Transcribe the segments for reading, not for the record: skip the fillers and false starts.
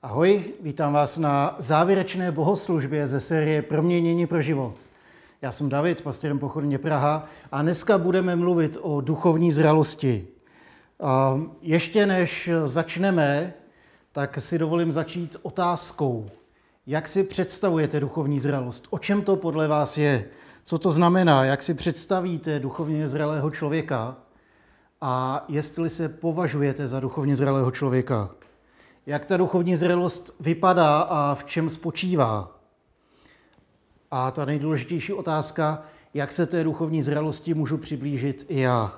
Ahoj, vítám vás na závěrečné bohoslužbě ze série Proměnění pro život. Já jsem David, pastorem Pochodně Praha a dneska budeme mluvit o duchovní zralosti. Ještě než začneme, tak si dovolím začít otázkou. Jak si představujete duchovní zralost? O čem to podle vás je? Co to znamená? Jak si představíte duchovně zralého člověka? A jestli se považujete za duchovně zralého člověka? Jak ta duchovní zralost vypadá a v čem spočívá? A ta nejdůležitější otázka, jak se té duchovní zralosti můžu přiblížit i já.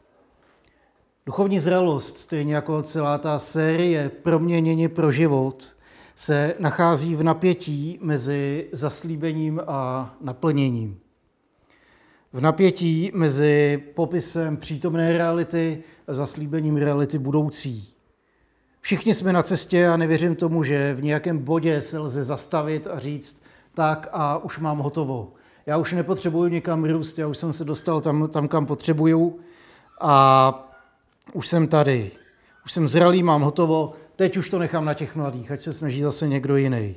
Duchovní zralost, stejně jako celá ta série Proměnění pro život, se nachází v napětí mezi zaslíbením a naplněním. V napětí mezi popisem přítomné reality a zaslíbením reality budoucí. Všichni jsme na cestě a nevěřím tomu, že v nějakém bodě se lze zastavit a říct, tak a už mám hotovo. Já už nepotřebuju někam růst, já už jsem se dostal tam kam potřebuju a už jsem tady. Už jsem zralý, mám hotovo, teď už to nechám na těch mladých, ať se snaží zase někdo jiný.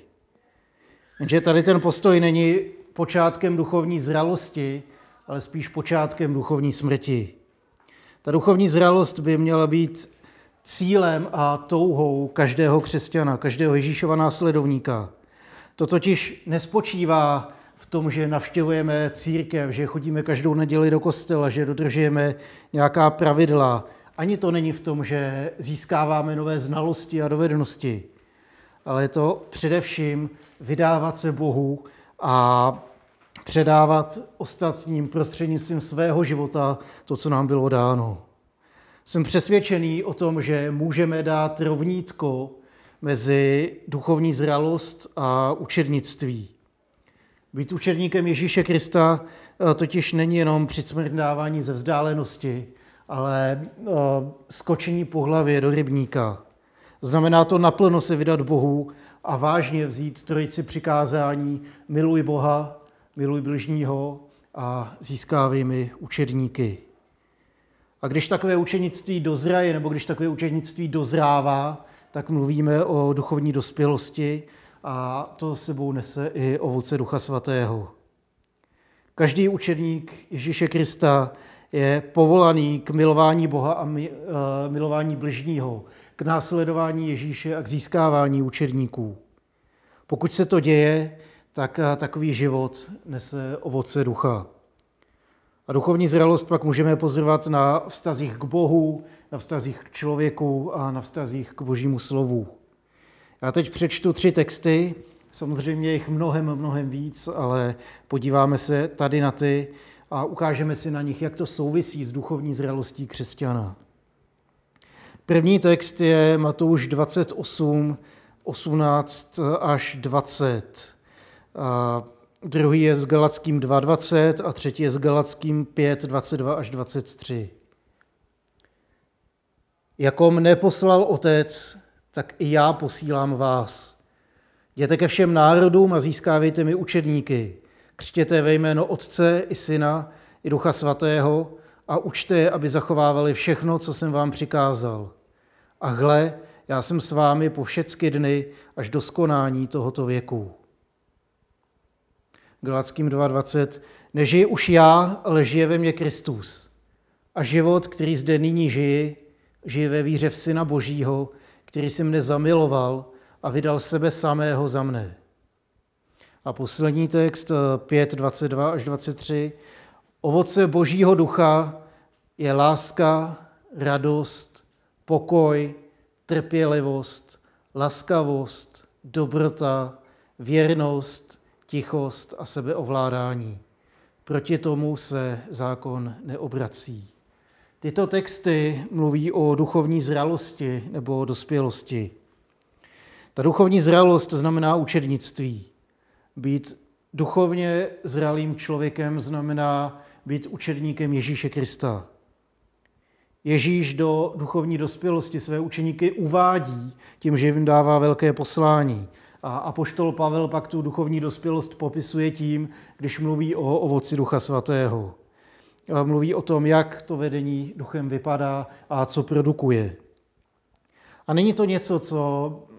Jenže tady ten postoj není počátkem duchovní zralosti, ale spíš počátkem duchovní smrti. Ta duchovní zralost by měla být cílem a touhou každého křesťana, každého Ježíšova následovníka. To totiž nespočívá v tom, že navštěvujeme církev, že chodíme každou neděli do kostela, že dodržujeme nějaká pravidla. Ani to není v tom, že získáváme nové znalosti a dovednosti. Ale je to především vydávat se Bohu a předávat ostatním prostřednictvím svého života to, co nám bylo dáno. Jsem přesvědčený o tom, že můžeme dát rovnítko mezi duchovní zralost a učednictví. Být učedníkem Ježíše Krista totiž není jenom přicmrdávání ze vzdálenosti, ale skočení po hlavě do rybníka. Znamená to naplno se vydat Bohu a vážně vzít trojici přikázání miluj Boha, miluj bližního a získávej mi učedníky. A když takové učenictví dozraje, nebo když takové učenictví dozrává, tak mluvíme o duchovní dospělosti a to sebou nese i ovoce Ducha Svatého. Každý učedník Ježíše Krista je povolaný k milování Boha a milování bližního, k následování Ježíše a k získávání učedníků. Pokud se to děje, tak takový život nese ovoce ducha. A duchovní zralost pak můžeme pozorovat na vztazích k Bohu, na vztazích k člověku a na vztazích k Božímu slovu. Já teď přečtu 3 texty, samozřejmě jich mnohem víc, ale podíváme se tady na ty a ukážeme si na nich, jak to souvisí s duchovní zralostí křesťana. První text je Matouš 28, 18 až 20. Druhý je s Galackým 2.20 a třetí je s Galackým 5.22 až 23. Jako mne poslal Otec, tak i já posílám vás. Jděte ke všem národům a získávejte mi učedníky. Křtěte ve jméno Otce i Syna i Ducha Svatého a učte je, aby zachovávali všechno, co jsem vám přikázal. A hle, já jsem s vámi po všechny dny až do skonání tohoto věku. Galackým 2.20. Nežiji už já, ale žije ve mně Kristus. A život, který zde nyní žije ve víře v Syna Božího, který si mne zamiloval a vydal sebe samého za mne. A poslední text 5.22 až 23. Ovoce Božího ducha je láska, radost, pokoj, trpělivost, laskavost, dobrota, věrnost, tichost a sebeovládání. Proti tomu se zákon neobrací. Tyto texty mluví o duchovní zralosti nebo dospělosti. Ta duchovní zralost znamená učednictví. Být duchovně zralým člověkem znamená být učedníkem Ježíše Krista. Ježíš do duchovní dospělosti své učeníky uvádí tím, že jim dává velké poslání. A apoštol Pavel pak tu duchovní dospělost popisuje tím, když mluví o ovoci Ducha Svatého. A mluví o tom, jak to vedení duchem vypadá a co produkuje. A není to něco, co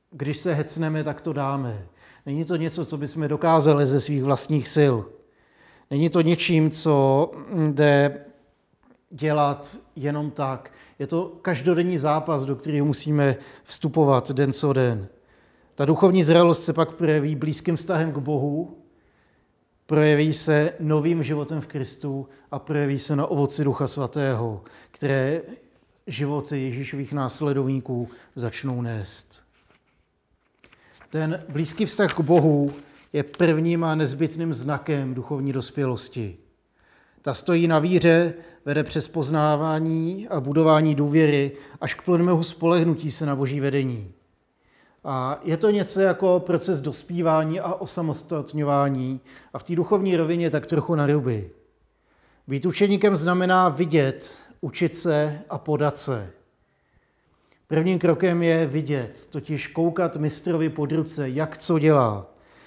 když se hecneme, tak to dáme. Není to něco, co bychom dokázali ze svých vlastních sil. Není to něčím, co jde dělat jenom tak. Je to každodenní zápas, do kterého musíme vstupovat den co den. Ta duchovní zralost se pak projeví blízkým vztahem k Bohu, projeví se novým životem v Kristu a projeví se na ovoci Ducha Svatého, které životy Ježíšových následovníků začnou nést. Ten blízký vztah k Bohu je prvním a nezbytným znakem duchovní dospělosti. Ta stojí na víře, vede přes poznávání a budování důvěry až k plnému spolehnutí se na Boží vedení. A je to něco jako proces dospívání a osamostatňování a v té duchovní rovině tak trochu na ruby. Být učeníkem znamená vidět, učit se a podat se. Prvním krokem je vidět, totiž koukat mistrovi pod ruce, jak co dělá.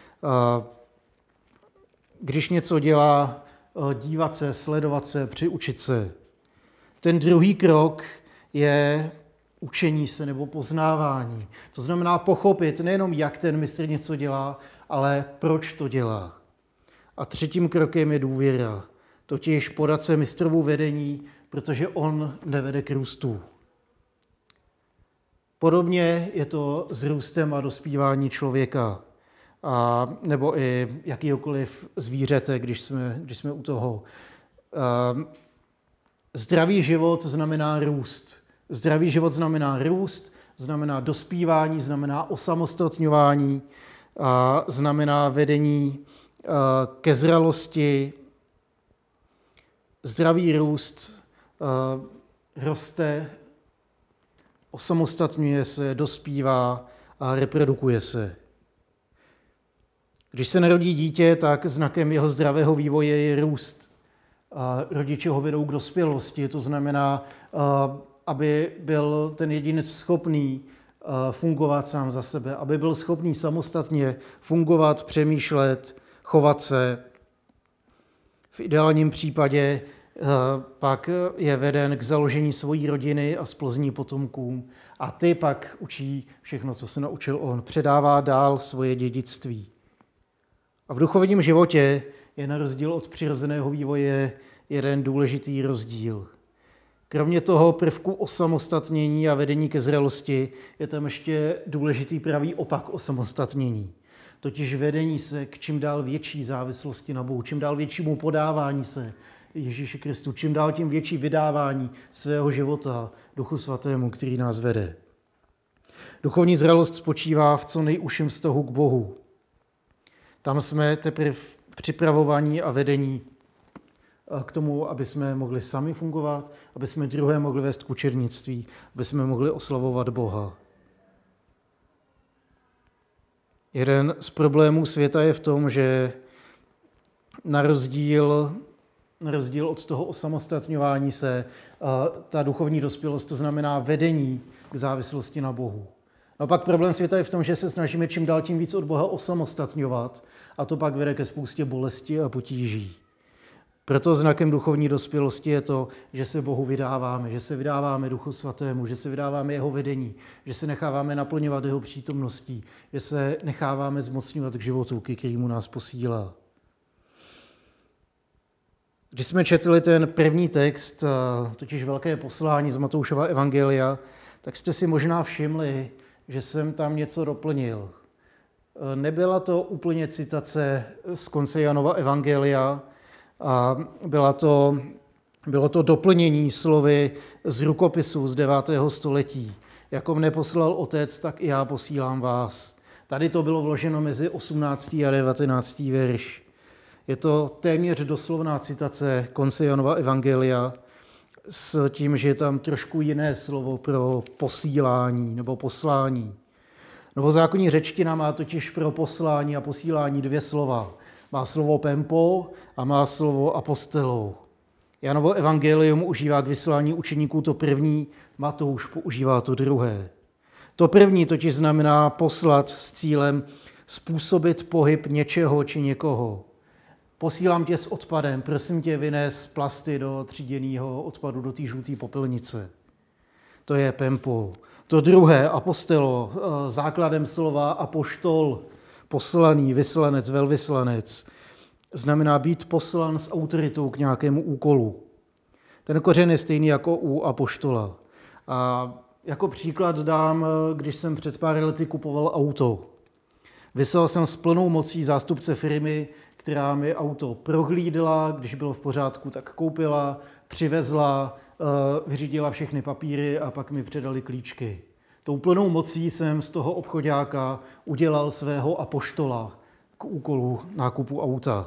Když něco dělá, dívat se, sledovat se, přiučit se. Ten druhý krok je učení se nebo poznávání. To znamená pochopit nejenom, jak ten mistr něco dělá, ale proč to dělá. A třetím krokem je důvěra, totiž podat se mistrovu vedení, protože on nevede k růstu. Podobně je to s růstem a dospívání člověka, nebo i jakýhokoliv zvířete, když jsme u toho. Zdravý život znamená růst. Zdravý život znamená růst, znamená dospívání, znamená osamostatňování, znamená vedení ke zralosti. Zdravý růst roste, osamostatňuje se, dospívá a reprodukuje se. Když se narodí dítě, tak znakem jeho zdravého vývoje je růst. Rodiče ho vedou k dospělosti, to znamená, aby byl ten jedinec schopný fungovat sám za sebe, aby byl schopný samostatně fungovat, přemýšlet, chovat se. V ideálním případě pak je veden k založení svojí rodiny a splozní potomkům a ty pak učí všechno, co se naučil on, předává dál svoje dědictví. A v duchovním životě je na rozdíl od přirozeného vývoje jeden důležitý rozdíl. Kromě toho prvku osamostatnění a vedení ke zralosti je tam ještě důležitý pravý opak osamostatnění. Totiž vedení se k čím dál větší závislosti na Bohu, čím dál většímu podávání se Ježíši Kristu, čím dál tím větší vydávání svého života Duchu Svatému, který nás vede. Duchovní zralost spočívá v co nejužším vztahu k Bohu. Tam jsme teprve připravovaní a vedení k tomu, aby jsme mohli sami fungovat, aby jsme druhé mohli vést k učednictví, aby jsme mohli oslavovat Boha. Jeden z problémů světa je v tom, že na rozdíl od toho osamostatňování se, ta duchovní dospělost, to znamená vedení k závislosti na Bohu. No pak problém světa je v tom, že se snažíme čím dál tím víc od Boha osamostatňovat a to pak vede ke spoustě bolesti a potíží. Proto znakem duchovní dospělosti je to, že se Bohu vydáváme, že se vydáváme Duchu Svatému, že se vydáváme jeho vedení, že se necháváme naplňovat jeho přítomností, že se necháváme zmocňovat k životu, ke kterému nás posílá. Když jsme četli ten první text, totiž velké poslání z Matoušova evangelia, tak jste si možná všimli, že jsem tam něco doplnil. Nebyla to úplně citace z konce Janova evangelia, a bylo to doplnění slovy z rukopisu z 9. století. Jako mne poslal Otec, tak i já posílám vás. Tady to bylo vloženo mezi 18. a 19. verš. Je to téměř doslovná citace konce Janova evangelia s tím, že je tam trošku jiné slovo pro posílání nebo poslání. Novozákonní řečtina má totiž pro poslání a posílání dvě slova. Má slovo pempo a má slovo apostelou. Janovo evangelium užívá k vyslání učeníků to první, Matouš používá to druhé. To první totiž znamená poslat s cílem způsobit pohyb něčeho či někoho. Posílám tě s odpadem, prosím tě vynes plasty do tříděného odpadu, do té žluté popelnice. To je pempo. To druhé, apostelo, základem slova apoštol, poslaný, vyslanec, velvyslanec, znamená být poslan s autoritou k nějakému úkolu. Ten kořen je stejný jako u apoštola. A jako příklad dám, když jsem před pár lety kupoval auto. Vyslal jsem s plnou mocí zástupce firmy, která mi auto prohlídla, když bylo v pořádku, tak koupila, přivezla, vyřídila všechny papíry a pak mi předali klíčky. Tou plnou mocí jsem z toho obchoďáka udělal svého apoštola k úkolu nákupu auta.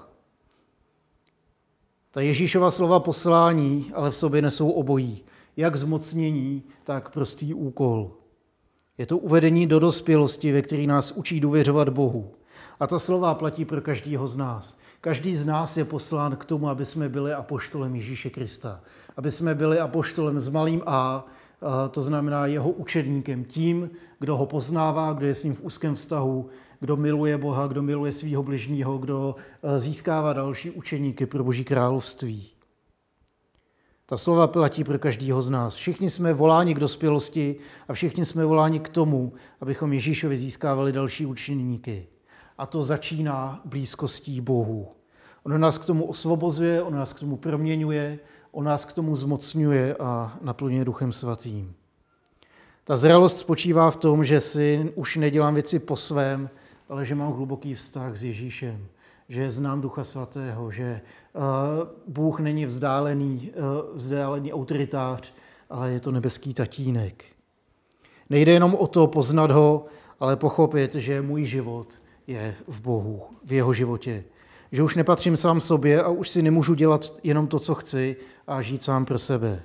Ta Ježíšova slova poslání ale v sobě nesou obojí, jak zmocnění, tak prostý úkol. Je to uvedení do dospělosti, ve který nás učí důvěřovat Bohu. A ta slova platí pro každého z nás. Každý z nás je poslán k tomu, aby jsme byli apoštolem Ježíše Krista. Aby jsme byli apoštolem s malým a, to znamená jeho učedníkem, tím, kdo ho poznává, kdo je s ním v úzkém vztahu, kdo miluje Boha, kdo miluje svého bližního, kdo získává další učeníky pro Boží království. Ta slova platí pro každého z nás. Všichni jsme voláni k dospělosti a všichni jsme voláni k tomu, abychom Ježíšovi získávali další učeníky. A to začíná blízkostí Bohu. On nás k tomu osvobozuje, on nás k tomu proměňuje, on nás k tomu zmocňuje a naplňuje Duchem Svatým. Ta zralost spočívá v tom, že si už nedělám věci po svém, ale že mám hluboký vztah s Ježíšem, že znám Ducha Svatého, že Bůh není vzdálený autoritář, ale je to nebeský tatínek. Nejde jenom o to poznat ho, ale pochopit, že můj život je v Bohu, v jeho životě. Že už nepatřím sám sobě a už si nemůžu dělat jenom to, co chci a žít sám pro sebe.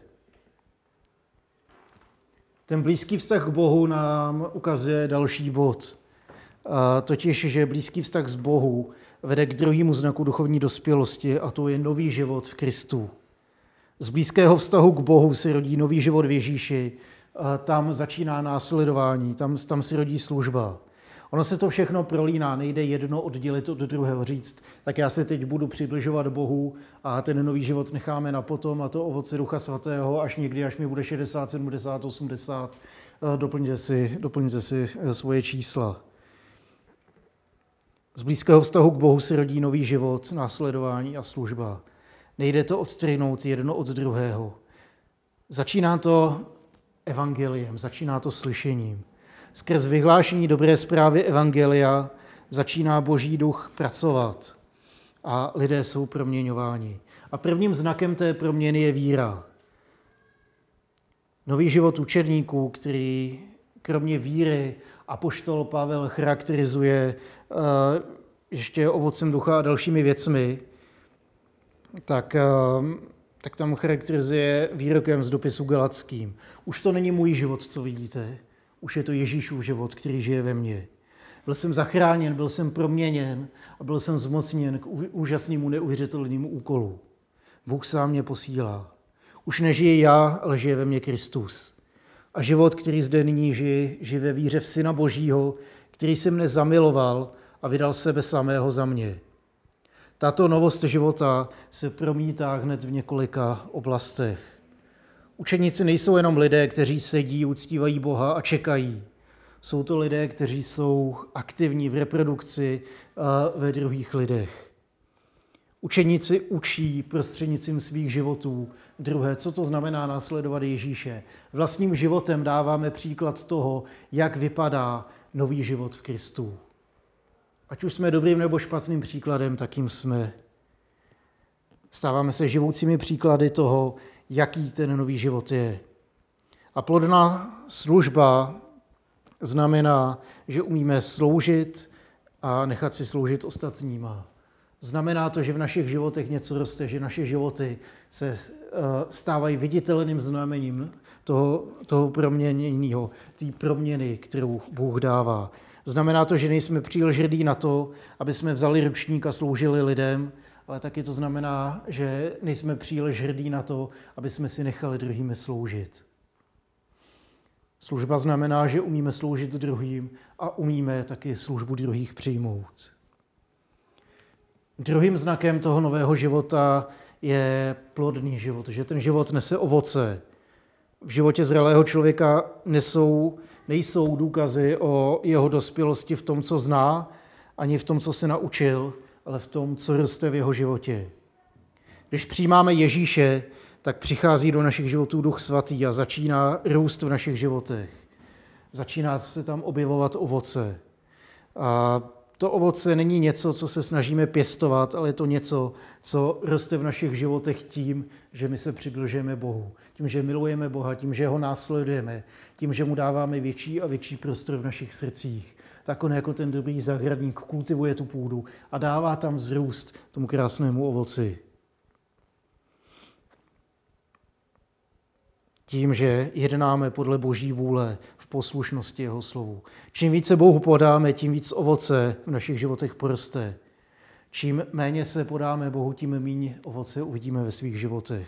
Ten blízký vztah k Bohu nám ukazuje další bod. Totiž, že blízký vztah s Bohu vede k druhému znaku duchovní dospělosti a to je nový život v Kristu. Z blízkého vztahu k Bohu se rodí nový život v Ježíši, tam začíná následování, tam se rodí služba. Ono se to všechno prolíná, nejde jedno oddělit od druhého, říct, tak já se teď budu přibližovat Bohu a ten nový život necháme na potom a to ovoce Ducha Svatého až někdy, až mi bude 60, 70, 80, doplňte si svoje čísla. Z blízkého vztahu k Bohu se rodí nový život, následování a služba. Nejde to odstřihnout jedno od druhého. Začíná to evangeliem, začíná to slyšením. Skrz vyhlášení dobré zprávy evangelia začíná Boží duch pracovat a lidé jsou proměňováni. A prvním znakem té proměny je víra. Nový život učedníků, který kromě víry apoštol Pavel charakterizuje ještě ovocem ducha a dalšími věcmi, tak tam charakterizuje výrokem z dopisu Galackým. Už to není můj život, co vidíte, už je to Ježíšův život, který žije ve mně. Byl jsem zachráněn, byl jsem proměněn a byl jsem zmocněn k úžasnému, neuvěřitelnému úkolu. Bůh sám mě posílá. Už nežije já, ale žije ve mně Kristus. A život, který zde nyní žije ve víře v Syna Božího, který se mne zamiloval a vydal sebe samého za mě. Tato novost života se promítá hned v několika oblastech. Učeníci nejsou jenom lidé, kteří sedí, uctívají Boha a čekají. Jsou to lidé, kteří jsou aktivní v reprodukci ve druhých lidech. Učeníci učí prostřednictvím svých životů druhé, co to znamená následovat Ježíše. Vlastním životem dáváme příklad toho, jak vypadá nový život v Kristu. Ať už jsme dobrým nebo špatným příkladem, takým jsme. Stáváme se živoucími příklady toho, jaký ten nový život je. A plodná služba znamená, že umíme sloužit a nechat si sloužit ostatníma. Znamená to, že v našich životech něco roste, že naše životy se stávají viditelným znamením toho proměněného, té proměny, kterou Bůh dává. Znamená to, že nejsme příliš hrdí na to, aby jsme vzali ručník a sloužili lidem, ale taky to znamená, že nejsme příliš hrdí na to, aby jsme si nechali druhými sloužit. Služba znamená, že umíme sloužit druhým a umíme taky službu druhých přijmout. Druhým znakem toho nového života je plodný život, že ten život nese ovoce. v životě zralého člověka nejsou důkazy o jeho dospělosti v tom, co zná, ani v tom, co se naučil, ale v tom, co roste v jeho životě. Když přijímáme Ježíše, tak přichází do našich životů Duch Svatý a začíná růst v našich životech. Začíná se tam objevovat ovoce. A to ovoce není něco, co se snažíme pěstovat, ale je to něco, co roste v našich životech tím, že my se přibližujeme Bohu. Tím, že milujeme Boha, tím, že ho následujeme, tím, že mu dáváme větší a větší prostor v našich srdcích. Tak on jako ten dobrý zahradník kultivuje tu půdu a dává tam vzrůst tomu krásnému ovoci. Tím, že jednáme podle Boží vůle v poslušnosti jeho slovu. Čím více Bohu podáme, tím víc ovoce v našich životech poroste. Čím méně se podáme Bohu, tím méně ovoce uvidíme ve svých životech.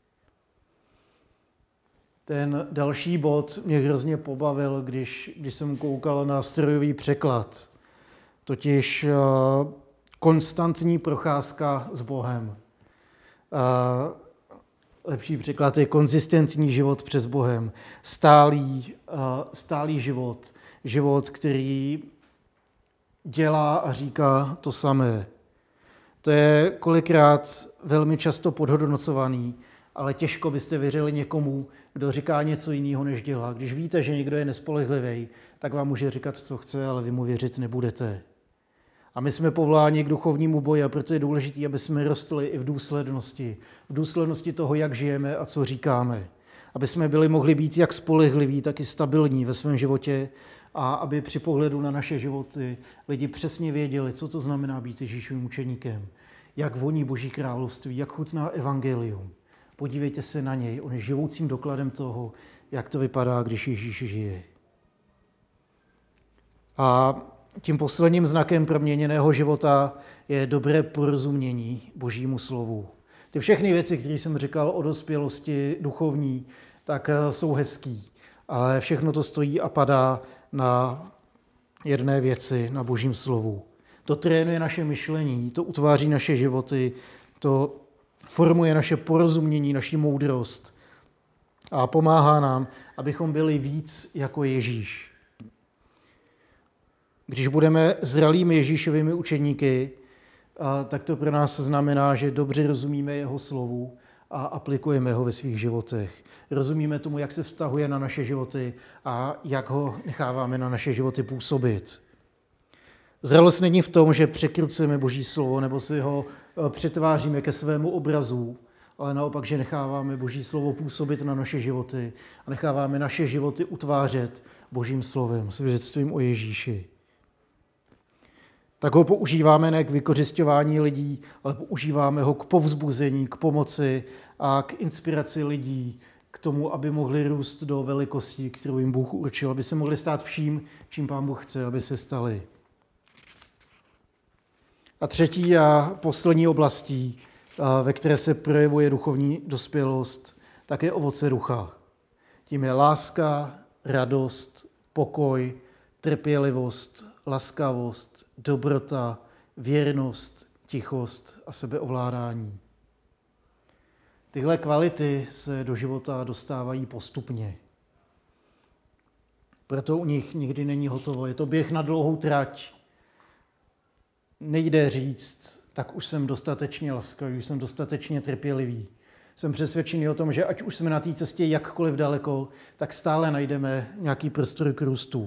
Ten další bod mě hrozně pobavil, když jsem koukal na strojový překlad. Totiž konstantní procházka s Bohem. Lepší překlad je konzistentní život přes Bohem. Stálý život. Život, který dělá a říká to samé. To je kolikrát velmi často podhodnocovaný, ale těžko byste věřili někomu, kdo říká něco jiného, než dělá. Když víte, že někdo je nespolehlivý, tak vám může říkat, co chce, ale vy mu věřit nebudete. A my jsme povoláni k duchovnímu boji, a proto je důležité, aby jsme rostli i v důslednosti toho, jak žijeme a co říkáme. Aby jsme mohli být jak spolehliví, tak i stabilní ve svém životě a aby při pohledu na naše životy lidi přesně věděli, co to znamená být Ježíšovým učeníkem, jak voní Boží království, jak chutná evangelium. Podívejte se na něj, on je živoucím dokladem toho, jak to vypadá, když Ježíš žije. A tím posledním znakem proměněného života je dobré porozumění Božímu slovu. Ty všechny věci, které jsem říkal o dospělosti duchovní, tak jsou hezký, ale všechno to stojí a padá na jedné věci, na Božím slovu. To trénuje naše myšlení, to utváří naše životy, to formuje naše porozumění, naši moudrost a pomáhá nám, abychom byli víc jako Ježíš. Když budeme zralými Ježíšovými učeníky, tak to pro nás znamená, že dobře rozumíme jeho slovu a aplikujeme ho ve svých životech. Rozumíme tomu, jak se vztahuje na naše životy a jak ho necháváme na naše životy působit. Zralost není v tom, že překrucujeme Boží slovo nebo si ho přetváříme ke svému obrazu, ale naopak, že necháváme Boží slovo působit na naše životy a necháváme naše životy utvářet Božím slovem, svědectvím o Ježíši. Tak ho používáme ne k vykořisťování lidí, ale používáme ho k povzbuzení, k pomoci a k inspiraci lidí, k tomu, aby mohli růst do velikostí, kterou jim Bůh určil, aby se mohli stát vším, čím Pán Bůh chce, aby se stali. A třetí a poslední oblastí, ve které se projevuje duchovní dospělost, tak je ovoce ducha. Tím je láska, radost, pokoj, trpělivost, laskavost, dobrota, věrnost, tichost a sebeovládání. Tyhle kvality se do života dostávají postupně. Proto u nich nikdy není hotovo. Je to běh na dlouhou trať. Nejde říct, tak už jsem dostatečně laskavý, už jsem dostatečně trpělivý. Jsem přesvědčený o tom, že ať už jsme na té cestě jakkoliv daleko, tak stále najdeme nějaký prostor k růstu.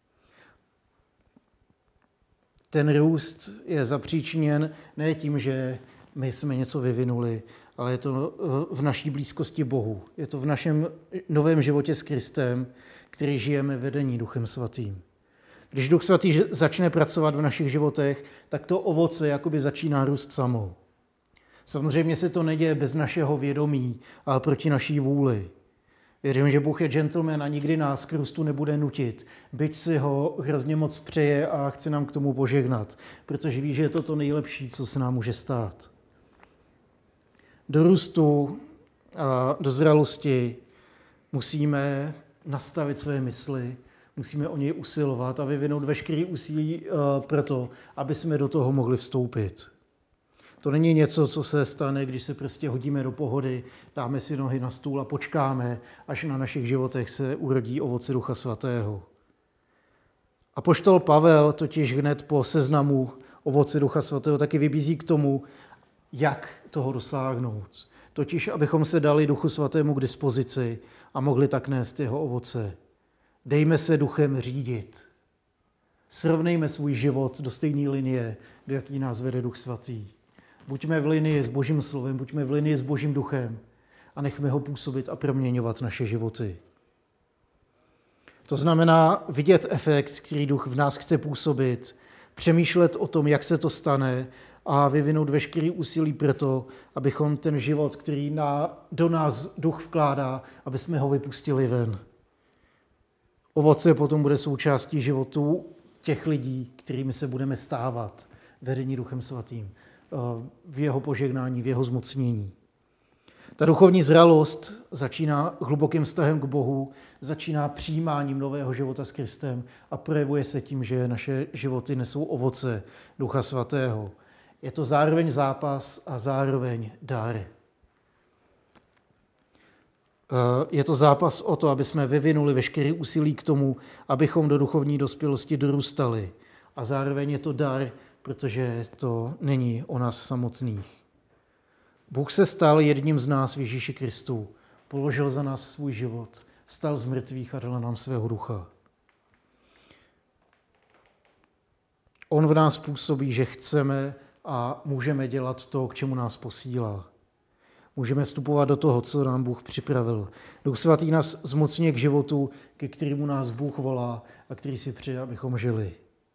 Ten růst je zapříčiněn ne tím, že my jsme něco vyvinuli, ale je to v naší blízkosti Bohu. Je to v našem novém životě s Kristem, který žijeme vedení Duchem Svatým. Když Duch Svatý začne pracovat v našich životech, tak to ovoce jakoby začíná růst samo. Samozřejmě se to neděje bez našeho vědomí, ale proti naší vůli. Věřím, že Bůh je gentleman a nikdy nás k růstu nebude nutit, byť si ho hrozně moc přeje a chce nám k tomu požehnat, protože ví, že je to to nejlepší, co se nám může stát. Do růstu a do zralosti musíme nastavit své mysli, musíme o něj usilovat a vyvinout veškerý úsilí pro to, aby jsme do toho mohli vstoupit. To není něco, co se stane, když se prostě hodíme do pohody, dáme si nohy na stůl a počkáme, až na našich životech se urodí ovoce Ducha Svatého. Apoštol Pavel totiž hned po seznamu ovoce Ducha Svatého taky vybízí k tomu, jak toho dosáhnout. Totiž, abychom se dali Duchu Svatému k dispozici a mohli tak nést jeho ovoce. Dejme se duchem řídit. Srovnejme svůj život do stejné linie, do jaký nás vede Duch Svatý. Buďme v linii s Božím slovem, buďme v linii s Božím duchem a nechme ho působit a proměňovat naše životy. To znamená vidět efekt, který duch v nás chce působit, přemýšlet o tom, jak se to stane a vyvinout veškerý úsilí pro to, abychom ten život, který do nás duch vkládá, aby jsme ho vypustili ven. Ovoce potom bude součástí životů těch lidí, kterými se budeme stávat, vedení Duchem Svatým, v jeho požehnání, v jeho zmocnění. Ta duchovní zralost začíná hlubokým vztahem k Bohu, začíná přijímáním nového života s Kristem a projevuje se tím, že naše životy nesou ovoce Ducha Svatého. Je to zároveň zápas a zároveň dar. Je to zápas o to, aby jsme vyvinuli veškerý úsilí k tomu, abychom do duchovní dospělosti dorůstali. A zároveň je to dar, protože to není o nás samotných. Bůh se stal jedním z nás v Ježíši Kristu, položil za nás svůj život, vstal z mrtvých a dal nám svého ducha. On v nás působí, že chceme a můžeme dělat to, k čemu nás posílá. Můžeme vstupovat do toho, co nám Bůh připravil. Duch Svatý nás zmocňuje k životu, ke kterému nás Bůh volá a který si přeje, abychom žili.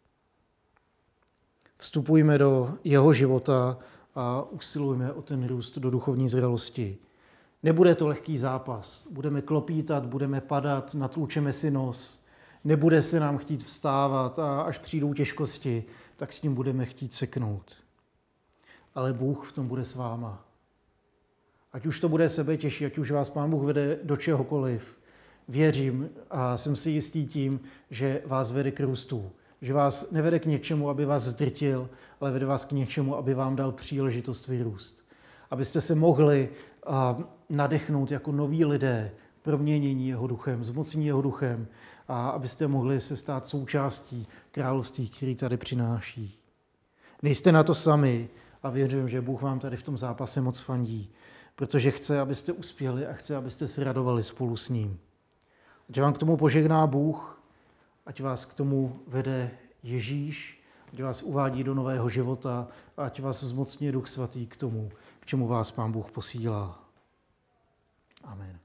Vstupujme do jeho života a usilujme o ten růst do duchovní zralosti. Nebude to lehký zápas. Budeme klopítat, budeme padat, natlučeme si nos. Nebude se nám chtít vstávat a až přijdou těžkosti, tak s tím budeme chtít seknout. Ale Bůh v tom bude s váma. Ať už to bude sebetěžší, ať už vás Pán Bůh vede do čehokoliv, věřím a jsem si jistý tím, že vás vede k růstu. Že vás nevede k něčemu, aby vás zdrtil, ale vede vás k něčemu, aby vám dal příležitost vyrůst. Abyste se mohli nadechnout jako noví lidé, proměnění jeho duchem, zmocnění jeho duchem a abyste mohli se stát součástí království, který tady přináší. Nejste na to sami a věřím, že Bůh vám tady v tom zápase moc fandí, protože chce, abyste uspěli a chce, abyste se radovali spolu s ním. Ať vám k tomu požehná Bůh, ať vás k tomu vede Ježíš, ať vás uvádí do nového života a ať vás zmocňuje Duch Svatý k tomu, k čemu vás Pán Bůh posílá. Amen.